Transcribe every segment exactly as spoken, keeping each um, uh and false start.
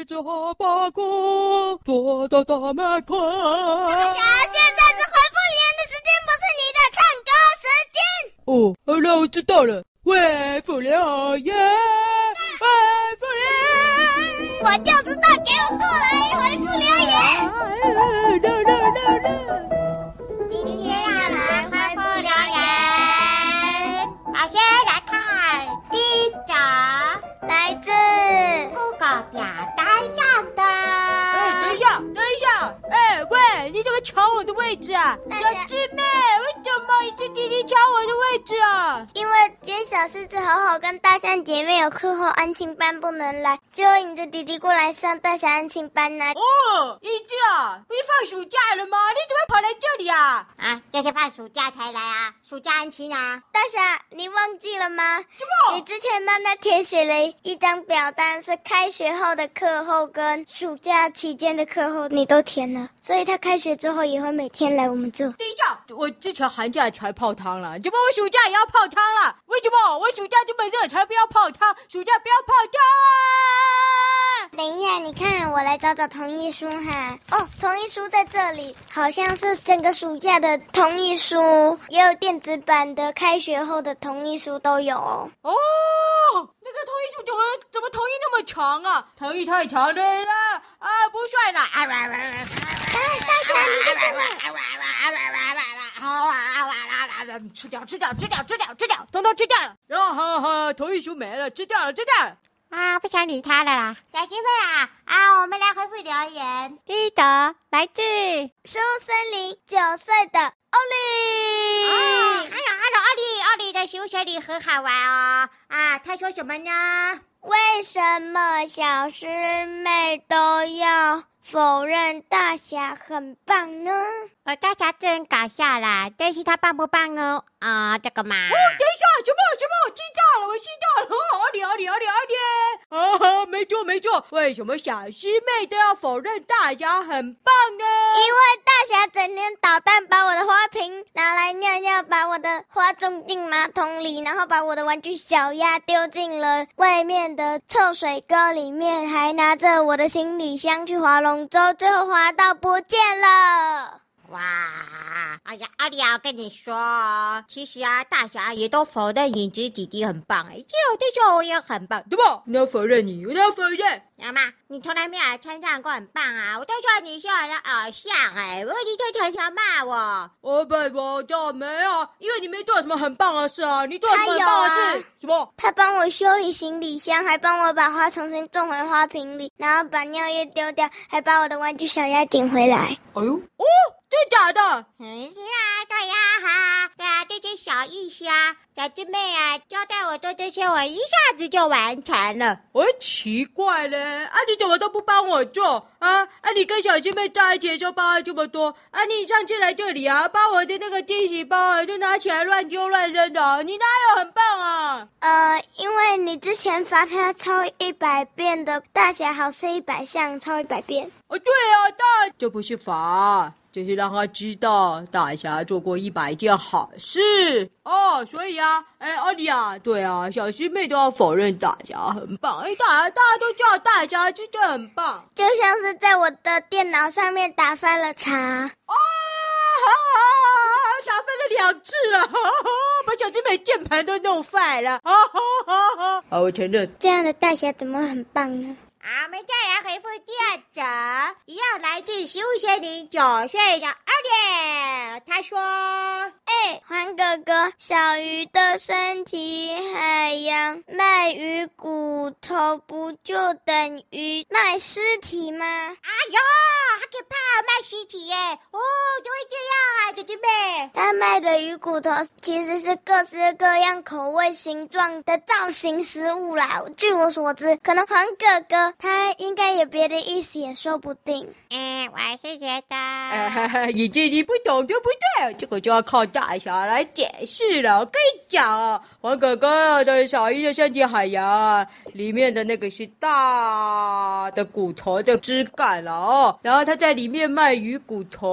一只哈巴狗坐在大门口。 大侠，现在是回复留言的时间，不是你的唱歌时间。 哦，好了，我知道了。回复留言，回复留言， 我就知道，给我过来回复留言。 来来来来， 今天要来回复留言。 首先来看第一则， 来自 Google 表单上的。 哎，等一下，等一下，哎，喂，你怎么抢我的位置啊？小师妹，为什么一只弟弟抢我的位置啊？ 因为今天小狮子好好跟大象姐妹有课后安亲班不能来，就引着弟弟过来上大侠安亲班呢、啊。 哦，一只啊，不是放暑假了吗？你怎么跑来这里啊？ 啊，这是放暑假才来啊，暑假安亲啊。 大侠，你忘记了吗？ 什么？ 你之前帮他填写了一张表单，是开学后的课后跟暑假期间的课后，你都填了，所以他开学之后也会每天来我们这。 等一下，我之前寒假才泡汤了，怎么我暑假也要泡汤了？为什么我暑假这么热才不要泡汤？暑假不要泡汤啊！ 等一下，你看，我来找找同意书哈。哦，同意书在这里，好像是整个暑假的同意书，也有电子版的，开学后的同意书都有哦。 哦，那个同意书怎么怎么同意那么长啊？同意太长的了啊，不算了。啊哇哇哇！ 大侠，你在干嘛？ 吃掉，吃掉，吃掉，吃掉，吃掉，统统吃掉了。然后，哈哈，同意书没了，吃掉了，吃掉了。 啊，不想理他了啦。小姐妹啊，啊，我们来回复留言。第一则来自书森林九岁的欧丽。 哦 ，Hello Hello， 奥利奥利的书森林很好玩哦。啊，他说什么呢？ 为什么小师妹都要否认大侠很棒呢？ 呃，大侠真搞笑啦，但是他棒不棒呢？啊、呃，这个嘛。 哦，等一下，什么什么？我知道了，我知道了。奥利奥利奥利奥利。啊，没错没错。为什么小师妹都要否认大侠很棒呢？ 因为大侠整天捣蛋，把我的花瓶拿来尿尿，把我的花种进马桶里，然后把我的玩具小鸭丢进了外面的臭水沟里面，还拿着我的行李箱去划龙舟，最后划到不见了。 哇，哎呀，奥利亚，我跟你说，其实啊，大侠也都否认影子弟弟很棒，哎，就对手我也很棒， 对吧？你要否认你，我要否认。 妈妈，你从来没有称赞过很棒啊！我都说你是我的偶像哎，我你就常常骂我。 我被我倒霉啊，因为你没做什么很棒的事啊！你做什么很棒的事？ 啊、 什么？ 他帮我修理行李箱，还帮我把花重新种回花瓶里，然后把尿液丢掉，还把我的玩具小鸭捡回来。 哎呦，哦，真假的？ 嗯，是啊，对呀、啊，哈，对啊，这些小意思啊，小师妹啊，交代我做这些，我一下子就完成了。 我奇怪嘞。啊，你怎么都不帮我做啊？啊，你跟小师妹在一起的时候帮了这么多啊，你上次来这里啊，把我的那个惊喜包啊就拿起来乱丢乱扔的，你哪有很棒啊？ 呃，因为你之前罚他抄一百遍的大侠好事一百项，抄一百遍。 哦，对啊，当然这不是罚，这是让他知道大侠做过一百件好事哦。所以啊，哎，奥利亚，对啊，小师妹都要否认大侠很棒，哎，大家大家都知道大侠真的很棒， 就像是在我的电脑上面打翻了茶啊，打翻了两次了，把小师妹键盘都弄坏了，啊哈哈哈！好，我承认， 这样的大侠怎么很棒呢？ 好，我们再来回复第二则，一样来自十五岁零九岁的二点，他说：“ 哎，黄哥哥，小鱼的身体海洋卖鱼骨头，不就等于卖尸体吗？” 哎呦，好可怕，卖尸体耶！哦，怎么会这样啊，姐姐妹？ 他卖的鱼骨头其实是各式各样口味、形状的造型食物啦。据我所知，可能黄哥哥他应该有别的意思也说不定。 嗯，我是觉得， 哎，以及你不懂对不对？这个就要靠大侠来解释了。我跟你讲啊，黄哥哥的小鱼的身体海洋啊，里面的那个是大的骨头的枝干了哦，然后他在里面卖鱼骨头啊，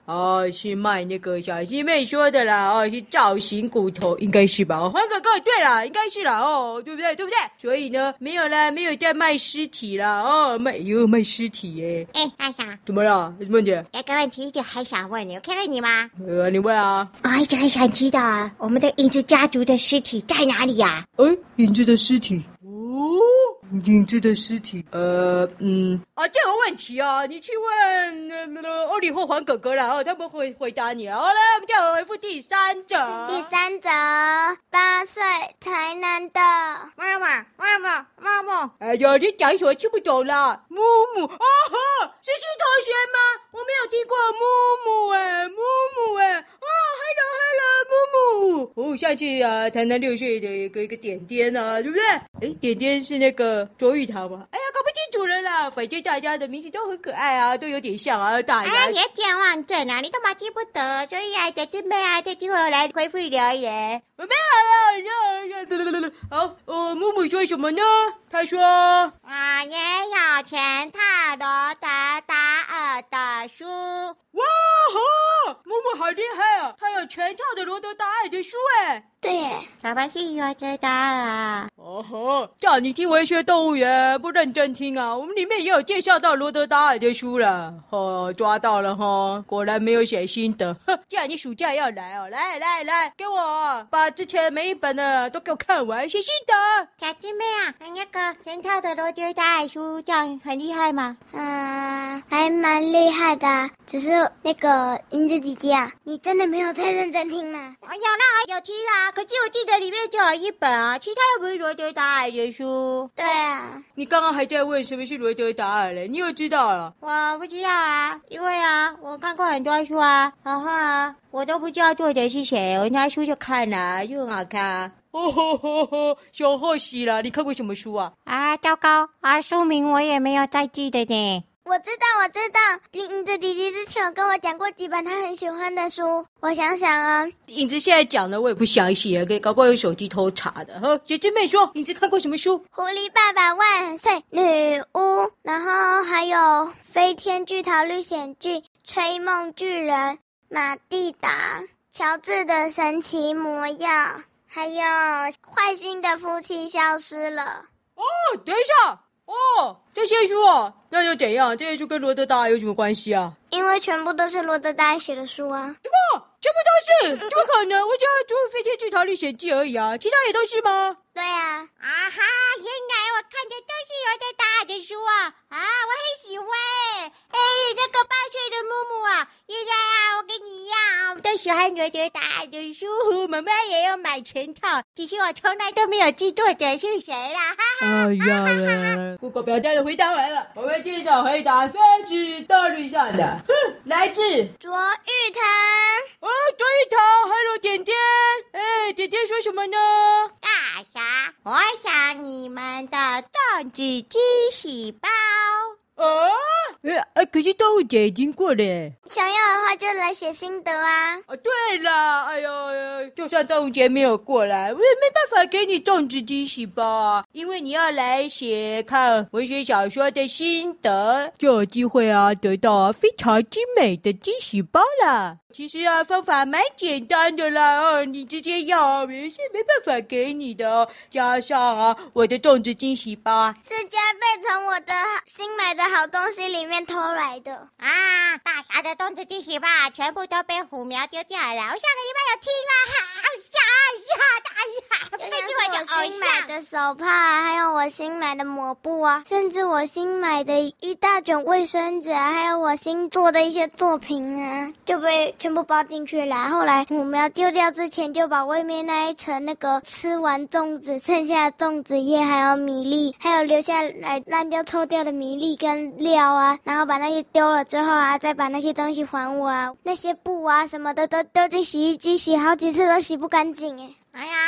哦，是卖那个小师妹说的啦，哦，是造型骨头，应该是吧？哦，黄哥哥，对啦，应该是啦，哦，对不对？对不对？所以呢，没有啦，没有在卖尸体啦，哦，卖有卖尸体耶。 哎，大侠， 怎么了？有什么问题？ 有个问题一直很想问你，我可以问你吗？ 呃，你问啊。 我一直很想知道啊，我们的影子家族的尸体在哪里呀？ 哎，影子的尸体。哦，影子的尸体，呃，嗯，啊，这个问题啊，你去问呃欧里或黄哥哥啦，哦，他们会回答你。好了，我们就回复第三者。 第三者，八岁台南的妈妈，妈妈，妈妈。 哎呀，你讲什么听不懂啦？木木，哦吼，是新同学吗？我没有听过木木哎，木木哎，哦 ，hello hello，木木。哦，上次啊，台南六岁的一个一个点点啊，对不对？哎，点点是那个卓玉堂吗？哎呀，搞不清楚了啦。反正大家的名字都很可爱啊，都有点像啊，大家。 哎，你健忘症啊，你干嘛听不得？所以啊，小姐妹啊，这机会来回复留言。 我没有了，好，呃，木木说什么呢？他说， 我也有全套罗德达尔的书。 哇哈，木木好厉害啊！他有全套的罗德达尔的书哎。 对耶， 什么是罗德达尔啊？ 哦吼，叫你听文学动物园不认真听啊！我们里面也有介绍到罗德达尔的书了。哦，抓到了哈，果然没有写心得。哼，叫你暑假要来哦，来来来，给我把之前每一本的都给我看完，写心得。 小姐妹啊，那个全套的罗德达尔书这样很厉害吗？ 嗯，还蛮厉害的。只是那个银子姐姐啊，你真的没有在认真听吗？ 有啦，有听啦。可是我记得里面就有一本啊，其他又不是罗德达尔的书。 对啊， 你刚刚还在问什么是罗德达尔嘞，你又知道了？ 我不知道啊，因为啊，我看过很多书啊，然后啊，我都不知道作者是谁，我拿书就看了，就很好看啊。 哦吼吼吼，小贺喜啦！你看过什么书啊？ 啊，糟糕啊，书名我也没有再记得呢。 我知道，我知道，影子弟弟之前有跟我讲过几本他很喜欢的书，我想想啊。 影子现在讲的我也不相信，可以搞不好用手机偷查的。呵，姐姐妹说，影子看过什么书？ 狐狸爸爸万岁，女巫，然后还有飞天巨桃历险记、吹梦巨人、马蒂达、乔治的神奇魔药，还有坏心的夫妻消失了。 哦，等一下，哦，这些书啊，那又怎样？这些书跟罗德达尔有什么关系啊？ 因为全部都是罗德达尔写的书啊。 什么？全部都是？怎么可能？我只要读《飞天巨桃历险记》而已啊，其他也都是吗？ 对啊。 啊哈，原来我看的都是罗德达尔的书啊！啊，我很喜欢。哎，那个八岁的木木啊，原来啊，我跟你一样啊，我都喜欢罗德达尔的书，妈妈也要买全套，只是我从来都没有记作者是谁啦。哈哈。 哎呀，Google 表单的回答完了，我们接着回答三十道路上的。哼，来自卓玉堂。 哦，卓玉堂，Hello 点点，哎，点点说什么呢？ 大侠，我想你们的粽子惊喜包。 啊，呃，可是动物节已经过了。 想要的话就来写心得啊。 啊，对啦，哎呦，就算端午节没有过来，我也没办法给你粽子惊喜包啊，因为你要来写看文学小说的心得，就有机会啊得到非常精美的惊喜包啦。其实啊，方法蛮简单的啦，哦，你直接要也是没办法给你的哦。加上啊，我的粽子惊喜包啊， 是加倍从我的新买的好东西里面偷来的啊！大侠的粽子惊喜包全部都被虎苗丢掉了，我上个礼拜有听啦，好傻傻大侠，这是我的我新买的手帕，还有我新买的抹布啊，甚至我新买的一大卷卫生纸啊，还有我新做的一些作品啊，就被全部包进去了。后来虎苗丢掉之前，就把外面那一层那个吃完粽子剩下的粽子叶，还有米粒，还有留下来烂掉臭掉的米粒跟料啊，然后把那些丢了之后啊，再把那些东西还我啊，那些布啊什么的都丢进洗衣机洗好几次都洗不干净哎。 哎呀，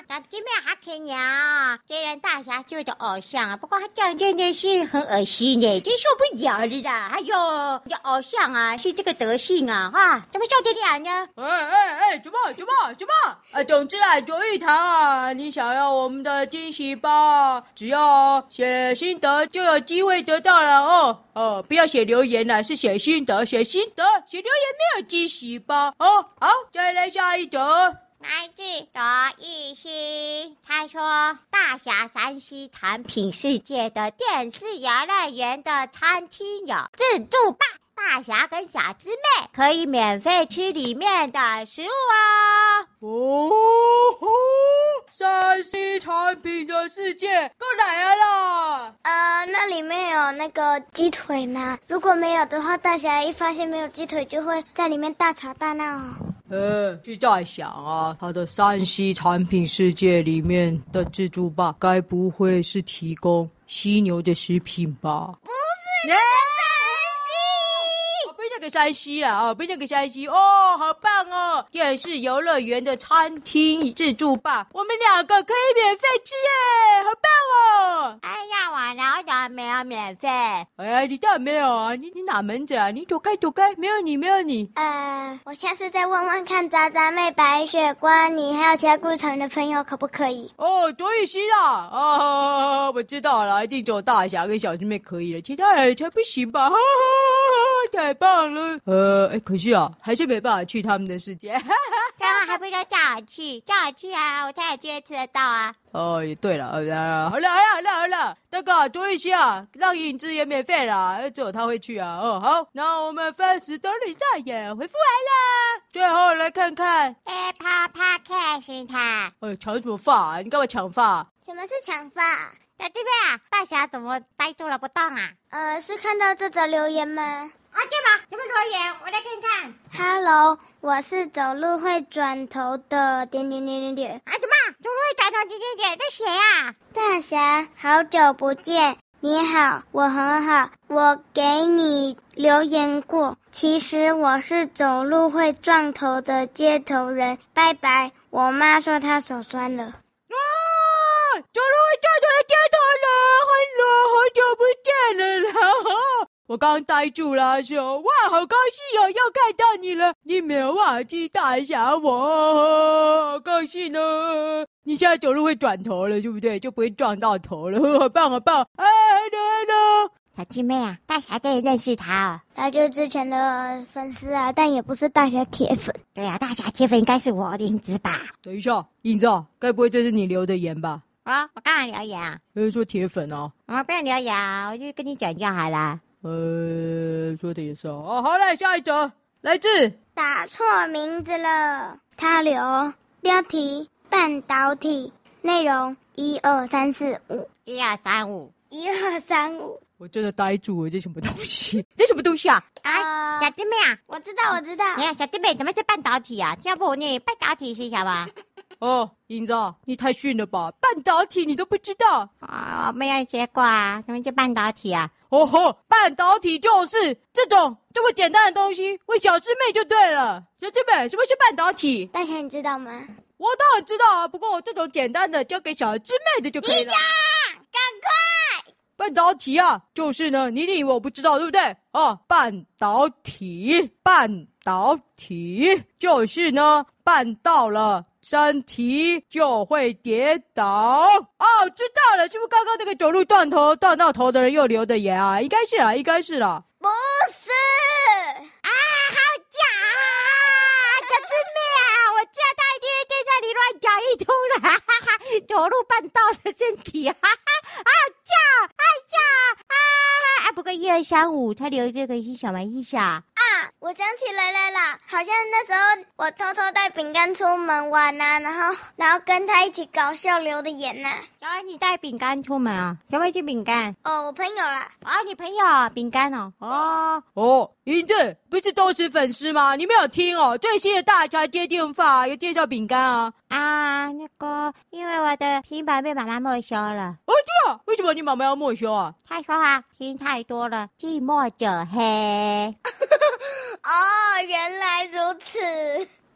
小鸡妹好可怜啊！虽然大侠是我的偶像啊，不过他这样真的是很恶心的，真受不了了啦！哎呦，你的偶像啊是这个德性啊，啊，怎么受得了呢？ 哎哎哎，什么什么什么？啊，总之啊，卓玉堂啊，你想要我们的惊喜包，只要写心得就有机会得到了哦。哦，不要写留言啦，是写心得，写心得，写留言没有惊喜包哦。好，再来下一则。 来自罗艺兴，他说大侠山西产品世界的电视游乐园的餐厅有自助吧，大侠跟小师妹可以免费吃里面的食物哦。 哦吼，山西产品的世界够来了。 呃，那里面有那个鸡腿吗？如果没有的话，大侠一发现没有鸡腿，就会在里面大吵大闹。 呃，是在想啊，他的山西产品世界里面的自助吧，该不会是提供犀牛的食品吧？ 不是， 欸那个山西， 哦，不是那个山西啦，哦，不是那个山西，哦，好棒哦！电视游乐园的餐厅自助吧，我们两个可以免费吃耶，好棒哦！ 哎呀，我哪有没有免费？ 哎呀，你当然没有啊，你你哪门子啊？你走开走开，没有你没有你。 呃，我下次再问问看渣渣妹、白雪光你还有其他故事场的朋友可不可以？ 哦，卓玉熙啦，哦，我知道了，一定只有大侠跟小师妹可以了，其他人才不行吧？哈哈哈，太棒了！呃，哎，可是啊，还是没办法去他们的世界。 刚刚还不都叫我去，叫我去啊，我才有机会吃得到啊。 哦，也对了，呃，好了，好了，好了，好了，那个卓玉熙啊，让影子也免费啦，只有他会去啊。哦，好，那我们分时等比赛也回复完了，最后来看看 Apple Podcast 它。 哎，抢什么发啊？你干嘛抢发？ 什么是抢发？ 小弟妹啊，大侠怎么呆住了不动啊？ 呃，是看到这则留言吗？ 啊，对吧？什么留言？我来看看。 Hello，我是走路会转头的点点点点点。 啊，怎么？走路会转头点点点？这谁啊？ 大侠，好久不见。你好，我很好。我给你留言过，其实我是走路会撞头的街头人。拜拜。我妈说她手酸了。 啊！走路会撞头的街头人，好久不见了啦！我刚呆住了，说哇，好高兴哦，又看到你了！你没有忘记大侠我，好高兴哦！你现在走路会转头了，对不对？就不会撞到头了，好棒好棒！哎 ，hello hello， 小弟妹啊，大侠真的认识他哦。 他就是之前的粉丝啊，但也不是大侠铁粉。 对啊，大侠铁粉应该是我的影子吧？ 等一下，影子，该不会这是你留的言吧？ 啊、哦，我刚才留言啊。 有人说铁粉啊。 我不用留言啊，我就跟你讲就好了。 呃，说的也是哦。哦，好嘞，下一则，来自打错名字了。他留标题半导体，内容一二三四五， 一二三五， 一二三五。 我真的呆住了，这什么东西？这什么东西啊？ 啊，小弟妹啊， 我知道，我知道。 你看小弟妹怎么是半导体啊？要不你半导体是什么？ 哦，英子，你太逊了吧！半导体你都不知道啊？我没有学过啊，什么叫半导体啊？ 哦吼，半导体就是这种这么简单的东西，问小师妹就对了。小师妹，什么是半导体？ 大侠你知道吗？ 我当然知道啊，不过我这种简单的交给小师妹的就可以了。 你讲，赶快！ 半导体啊，就是呢，你以为我不知道对不对？啊，半导体，半导体就是呢，绊到了身体就会跌倒。哦，知道了，是不是刚刚那个走路断头断到头的人又留的言啊？应该是啦，应该是啦。 不是啊，好假啊！小师妹啊，我知道他一定会在那里乱讲一通了，哈哈哈！走路绊到了身体，哈哈，好假，好假啊！啊，不过一二三五，他留这个是什么意思啊？ 啊，我想起来了啦，好像那时候我偷偷带饼干出门玩啊，然后然后跟他一起搞笑留的言呐、啊。 小安，你带饼干出门啊？什么是饼干？ 哦，我朋友啦。 啊，你朋友饼干哦？哦哦，英子不是忠实粉丝吗？你没有听哦？最新的大侠接电话有介绍饼干啊。 啊，那个，因为我的平板被妈妈没收了。 哦，对啊，为什么你妈妈要没收啊？ 她说啊，听太多了，寂寞者黑。 哦，原来如此。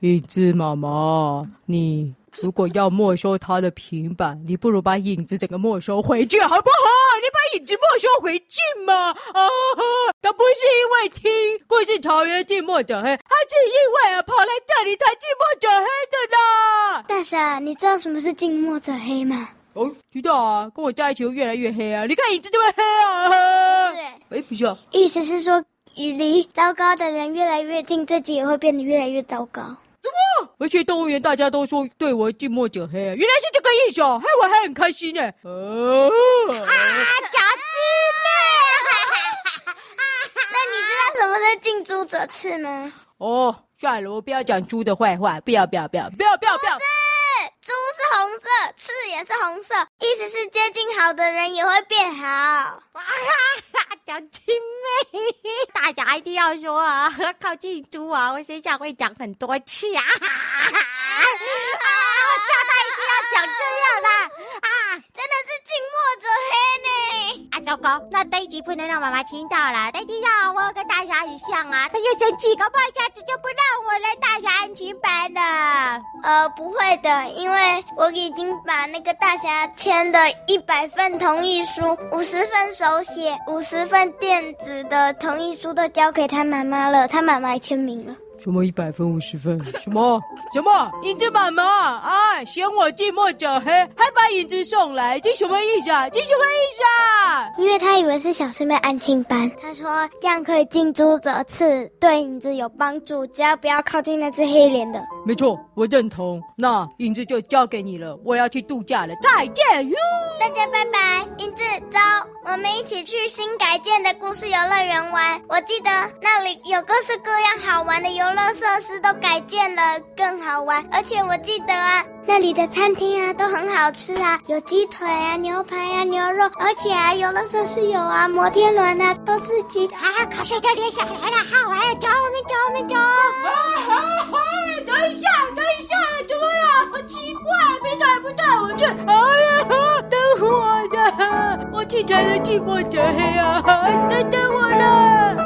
影子妈妈，你如果要没收他的平板，你不如把影子整个没收回去好不好？你把影子没收回去嘛！啊，他不是因为听故事草原寂寞者黑，他是因为啊跑来这里才寂寞者黑的啦。 大侠，你知道什么是寂寞者黑吗？ 哦，知道啊，跟我在一起会越来越黑啊！你看影子就会黑啊。 是。 哎，不是啊， 意思是说，离糟糕的人越来越近，自己也会变得越来越糟糕。 什么？而且动物园大家都说对我寂寞者黑啊，原来是这个意思哦，害我还很开心呢。哦， 啊，小智妹！ 那你知道什么是近朱者赤吗？ 哦，算了，我不要讲猪的坏话，不要不要不要不要不要不要。 不是，猪是红色，赤也是红色，意思是接近好的人也会变好。 哇哈，小智妹，大家一定要说啊，靠近猪啊，我身上会长很多刺啊！啊，我叫他一定要讲这样的啊！ 真的是近墨者黑呢！ 啊，糟糕，那这一集不能让妈妈听到了。她听到我跟大侠很像啊，她就生气，搞不好下次就不让我来大侠安亲班了。 呃，不会的，因为我已经把那个大侠签的一百份同意书、五十份手写、五十份电子的同意书都交给他妈妈了，他妈妈也签名了。 什么一百分五十分？什么什么？影子妈妈啊，嫌我寂寞者黑，还把影子送来，这什么意思啊？这什么意思啊？ 因为他以为是小师妹安亲班，他说这样可以近朱者赤，对影子有帮助，只要不要靠近那只黑脸的。 没错，我认同。那影子就交给你了，我要去度假了，再见哟！ 大家拜拜，影子走，我们一起去新改建的故事游乐园玩。我记得那里有各式各样好玩的游乐设施都改建了，更好玩。而且我记得啊，那里的餐厅啊都很好吃啊，有鸡腿啊、牛排啊、牛肉，而且啊游乐设施有啊摩天轮啊、都是鸡的啊，口水都流下来了，好，还要走，我们走，我们走。 啊啊啊！等一下，等一下，怎么了？好奇怪，平常也不带我去。哎呀，等我的，我气成了寂寞者黑啊，等等我了。